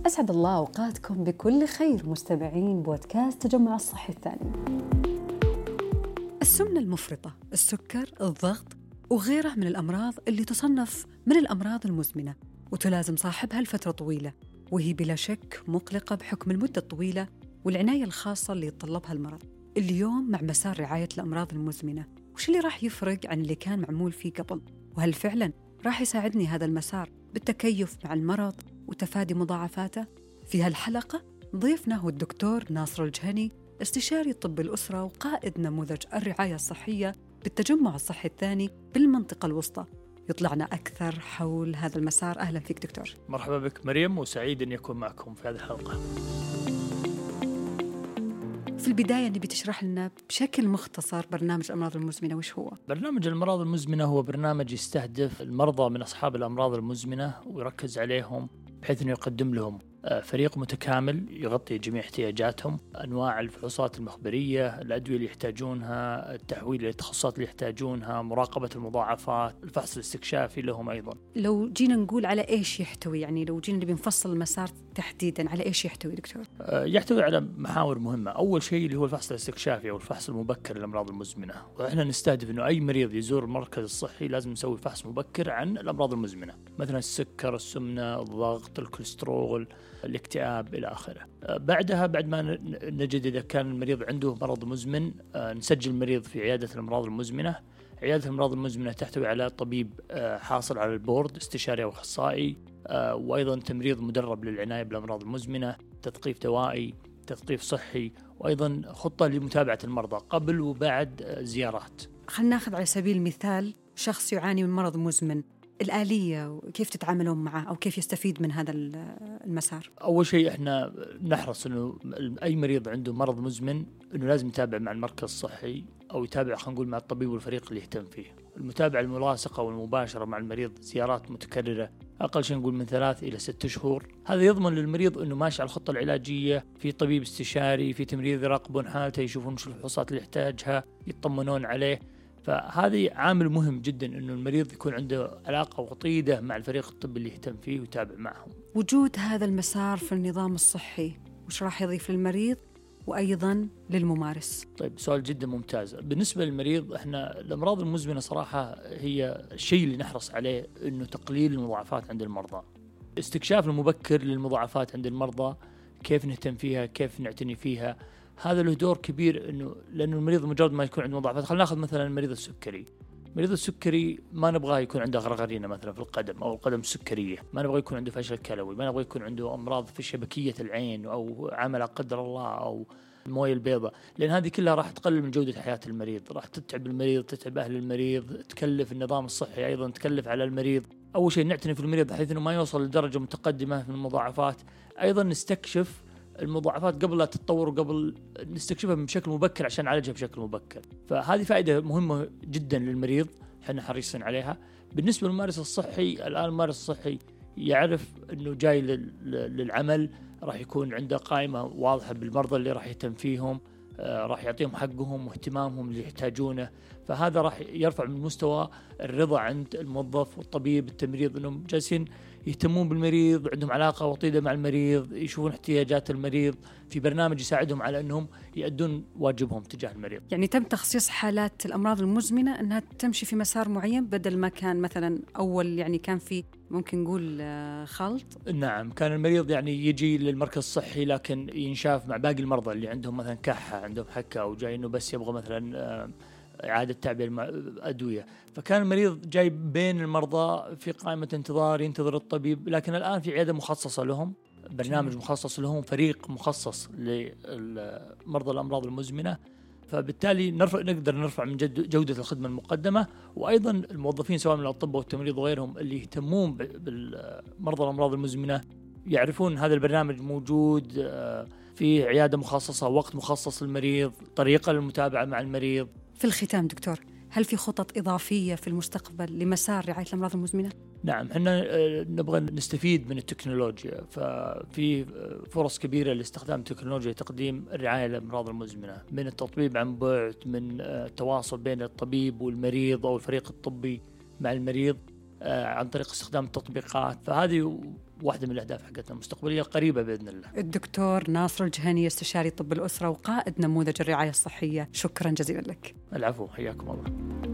أسعد الله أوقاتكم بكل خير مستمعين بودكاست تجمع الصحي الثاني. السمنة المفرطة، السكر، الضغط وغيرها من الأمراض اللي تصنف من الأمراض المزمنة وتلازم صاحبها لفترة طويلة، وهي بلا شك مقلقة بحكم المدة الطويلة والعناية الخاصة اللي يتطلبها المرض. اليوم مع مسار رعاية الأمراض المزمنة، وش اللي راح يفرق عن اللي كان معمول فيه قبل؟ وهل فعلاً راح يساعدني هذا المسار بالتكيف مع المرض وتفادي مضاعفاته؟ في هالحلقة ضيفنا هو الدكتور ناصر الجهني، استشاري طب الأسرة وقائد نموذج الرعاية الصحية بالتجمع الصحي الثاني بالمنطقة الوسطى، يطلعنا أكثر حول هذا المسار. أهلا فيك دكتور. مرحبا بك مريم، وسعيد أن يكون معكم في هذه الحلقة. في البداية نبي تشرح لنا بشكل مختصر برنامج الأمراض المزمنة وش هو؟ برنامج الأمراض المزمنة هو برنامج يستهدف المرضى من أصحاب الأمراض المزمنة ويركز عليهم بحيث أنه يقدم لهم فريق متكامل يغطي جميع احتياجاتهم، أنواع الفحوصات المخبرية، الأدوية اللي يحتاجونها، التحويل للتخصصات اللي يحتاجونها، مراقبة المضاعفات، الفحص الاستكشافي لهم أيضا. لو جينا نقول على إيش يحتوي، يعني لو جينا نبي نفصل المسار تحديدا على إيش يحتوي دكتور؟ يحتوي على محاور مهمة. أول شيء اللي هو الفحص الاستكشافي أو الفحص المبكر للأمراض المزمنة، وإحنا نستهدف إنه أي مريض يزور المركز الصحي لازم نسوي فحص مبكر عن الأمراض المزمنة، مثلا السكر، السمنة، الضغط، الكوليسترول، الاكتئاب إلى آخره. بعدها بعد ما نجد إذا كان المريض عنده مرض مزمن، نسجل المريض في عيادة الأمراض المزمنة. عيادة الأمراض المزمنة تحتوي على طبيب حاصل على البورد، استشاري أو أخصائي، وأيضا تمريض مدرب للعناية بالأمراض المزمنة، تثقيف دوائي، تثقيف صحي، وأيضا خطة لمتابعة المرضى قبل وبعد زيارات. خلينا ناخذ على سبيل المثال شخص يعاني من مرض مزمن، الآلية وكيف تتعاملون معه أو كيف يستفيد من هذا المسار؟ أول شيء إحنا نحرص إنه أي مريض عنده مرض مزمن إنه لازم يتابع مع المركز الصحي أو يتابع خلينا نقول مع الطبيب والفريق اللي يهتم فيه. المتابعة الملاصقة والمباشرة مع المريض، زيارات متكررة أقل شيء نقول من 3 إلى 6 شهور، هذا يضمن للمريض إنه ماشي على الخطة العلاجية، في طبيب استشاري، في تمريض يراقبون حالته، يشوفون شو الفحوصات اللي يحتاجها، يطمنون عليه. فهذه عامل مهم جدا إنه المريض يكون عنده علاقة وطيدة مع الفريق الطبي اللي يهتم فيه ويتابع معهم. وجود هذا المسار في النظام الصحي وش راح يضيف للمريض وأيضا للممارس؟ طيب، سؤال جدا ممتاز. بالنسبة للمريض، احنا الأمراض المزمنة صراحة هي الشيء اللي نحرص عليه إنه تقليل المضاعفات عند المرضى. استكشاف المبكر للمضاعفات عند المرضى، كيف نهتم فيها، كيف نعتني فيها، هذا له دور كبير. لأنه المريض مجرد ما يكون عنده مضاعفات، خلينا ناخذ مثلا المريض السكري. مريض السكري ما نبغاه يكون عنده غرغرينة مثلا في القدم أو القدم السكرية، ما نبغاه يكون عنده فشل كلوي، ما نبغاه يكون عنده أمراض في شبكية العين أو عمى لا قدر الله أو الموية البيضاء، لأن هذه كلها راح تقلل من جودة حياة المريض، راح تتعب المريض، تتعب أهل المريض، تكلف النظام الصحي أيضا، تكلف على المريض. أول شيء نعتني في المريض بحيث أنه ما يوصل لدرجة متقدمة من المضاعفات. أيضا نستكشف المضاعفات قبل لا تتطور وقبل نستكشفها بشكل مبكر عشان نعالجها بشكل مبكر. فهذه فائدة مهمة جدا للمريض، احنا حريصين عليها. بالنسبة للممارس الصحي، الآن الممارس الصحي يعرف أنه جاي للعمل، راح يكون عنده قائمة واضحة بالمرضى اللي راح يهتم فيهم، راح يعطيهم حقهم واهتمامهم اللي يحتاجونه. فهذا راح يرفع من مستوى الرضا عند الموظف والطبيب التمريض، أنهم جالسين يهتمون بالمريض، عندهم علاقة وطيدة مع المريض، يشوفون احتياجات المريض، في برنامج يساعدهم على أنهم يؤدون واجبهم تجاه المريض. يعني تم تخصيص حالات الأمراض المزمنة أنها تمشي في مسار معين بدل ما كان مثلا أول، يعني كان في ممكن نقول خلط. نعم، كان المريض يعني يجي للمركز الصحي لكن ينشاف مع باقي المرضى اللي عندهم مثلا كحة، عندهم حكة، أو جاي إنه بس يبغى مثلا إعادة تعبئة أدوية. فكان المريض جاي بين المرضى في قائمة انتظار ينتظر الطبيب. لكن الآن في عيادة مخصصة لهم، برنامج مخصص لهم، فريق مخصص لمرضى الأمراض المزمنة. فبالتالي نقدر نرفع من جودة الخدمة المقدمة. وأيضا الموظفين سواء من الأطباء والتمريض وغيرهم اللي يهتمون بالمرضى الأمراض المزمنة يعرفون هذا البرنامج موجود في عيادة مخصصة، وقت مخصص للمريض، طريقة للمتابعة مع المريض. في الختام دكتور، هل في خطط إضافية في المستقبل لمسار رعاية الأمراض المزمنة؟ نعم، احنا نبغى نستفيد من التكنولوجيا، ففي فرص كبيرة لاستخدام التكنولوجيا لتقديم الرعاية للأمراض المزمنة، من التطبيب عن بعد، من التواصل بين الطبيب والمريض أو الفريق الطبي مع المريض عن طريق استخدام التطبيقات. فهذه واحدة من الأهداف حقتنا المستقبلية القريبة بإذن الله. الدكتور ناصر الجهني، استشاري طب الأسرة وقائد نموذج الرعاية الصحية، شكرا جزيلا لك. العفو، حياكم الله.